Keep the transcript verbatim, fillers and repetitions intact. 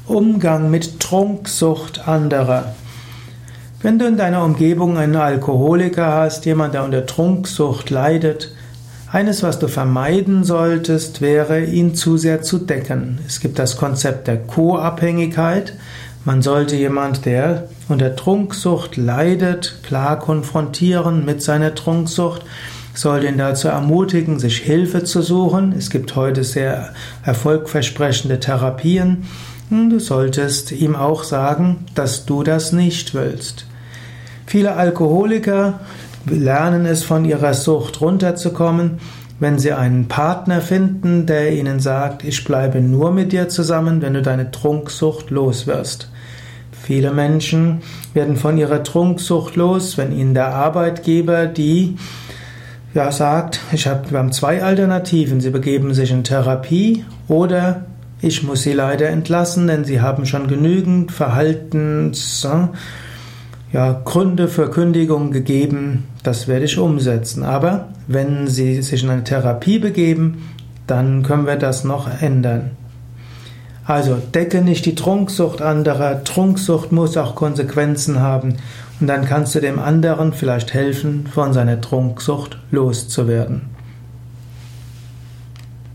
Umgang mit Trunksucht anderer. Wenn du in deiner Umgebung einen Alkoholiker hast, jemand, der unter Trunksucht leidet, eines, was du vermeiden solltest, wäre, ihn zu sehr zu decken. Es gibt das Konzept der Co-Abhängigkeit. Man sollte jemand, der unter Trunksucht leidet, klar konfrontieren mit seiner Trunksucht, sollte ihn dazu ermutigen, sich Hilfe zu suchen. Es gibt heute sehr erfolgversprechende Therapien. Du solltest ihm auch sagen, dass du das nicht willst. Viele Alkoholiker lernen es, von ihrer Sucht runterzukommen, wenn sie einen Partner finden, der ihnen sagt, ich bleibe nur mit dir zusammen, wenn du deine Trunksucht los wirst. Viele Menschen werden von ihrer Trunksucht los, wenn ihnen der Arbeitgeber die ja sagt, ich hab, wir haben zwei Alternativen, sie begeben sich in Therapie oder ich muss sie leider entlassen, denn sie haben schon genügend Verhaltens, ja, Gründe für Kündigung gegeben, das werde ich umsetzen. Aber wenn sie sich in eine Therapie begeben, dann können wir das noch ändern. Also decke nicht die Trunksucht anderer. Trunksucht muss auch Konsequenzen haben. Und dann kannst du dem anderen vielleicht helfen, von seiner Trunksucht loszuwerden.